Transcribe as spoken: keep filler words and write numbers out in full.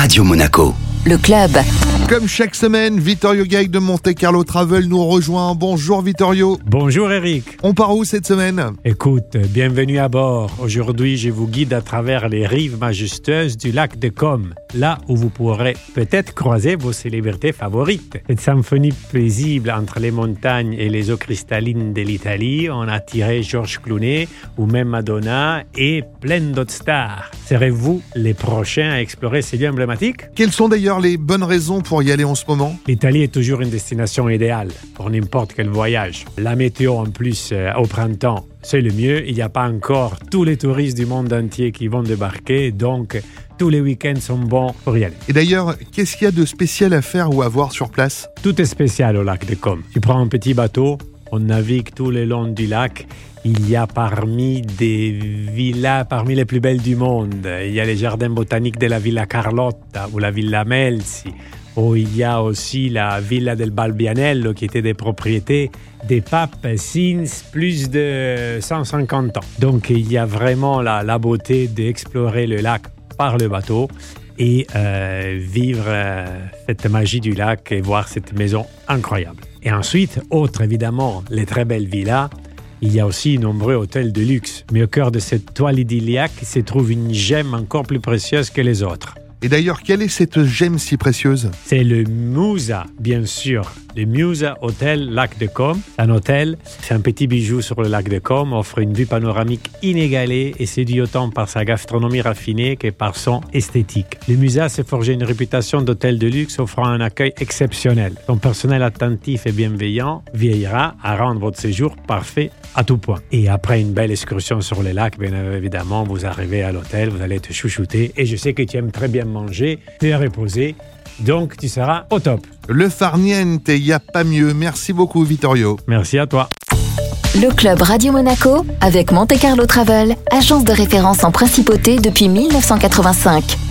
Radio Monaco. Le club. Comme chaque semaine, Vittorio Gaig de Monte Carlo Travel nous rejoint. Bonjour Vittorio. Bonjour Eric. On part où cette semaine ? Écoute, bienvenue à bord. Aujourd'hui, je vous guide à travers les rives majestueuses du lac de Comme, là où vous pourrez peut-être croiser vos célébrités favorites. Cette symphonie paisible entre les montagnes et les eaux cristallines de l'Italie, on a tiré Georges Clooney ou même Madonna et plein d'autres stars. Serez-vous les prochains à explorer ces lieux emblématiques ? Quelles sont d'ailleurs les bonnes raisons pour y aller en ce moment ? L'Italie est toujours une destination idéale pour n'importe quel voyage. La météo en plus euh, au printemps, c'est le mieux. Il n'y a pas encore tous les touristes du monde entier qui vont débarquer, donc tous les week-ends sont bons pour y aller. Et d'ailleurs, qu'est-ce qu'il y a de spécial à faire ou à voir sur place ? Tout est spécial au lac de Comme. Tu prends un petit bateau, on navigue tout le long du lac. Il y a parmi des villas parmi les plus belles du monde. Il y a les jardins botaniques de la Villa Carlotta ou la Villa Melzi. Ou il y a aussi la Villa del Balbianello qui était des propriétés des papes since plus de cent cinquante ans. Donc il y a vraiment la, la beauté d'explorer le lac par le bateau et euh, vivre euh, cette magie du lac et voir cette maison incroyable. Et ensuite, autre évidemment, les très belles villas. Il y a aussi nombreux hôtels de luxe. Mais au cœur de cette toile idylliaque se trouve une gemme encore plus précieuse que les autres. Et d'ailleurs, quelle est cette gemme si précieuse ? C'est le Musa, bien sûr. Le Musa Hotel Lac de Comme. Un hôtel, c'est un petit bijou sur le lac de Comme, offre une vue panoramique inégalée et séduit autant par sa gastronomie raffinée que par son esthétique. Le Musa s'est forgé une réputation d'hôtel de luxe offrant un accueil exceptionnel. Son personnel attentif et bienveillant veillera à rendre votre séjour parfait à tout point. Et après une belle excursion sur le lac, bien évidemment, vous arrivez à l'hôtel, vous allez te chouchouter. Et je sais que tu aimes très bien manger, te reposer, donc tu seras au top. Le farniente, il n'y a pas mieux. Merci beaucoup Vittorio. Merci à toi. Le club Radio Monaco avec Monte Carlo Travel, agence de référence en principauté depuis mille neuf cent quatre-vingt-cinq.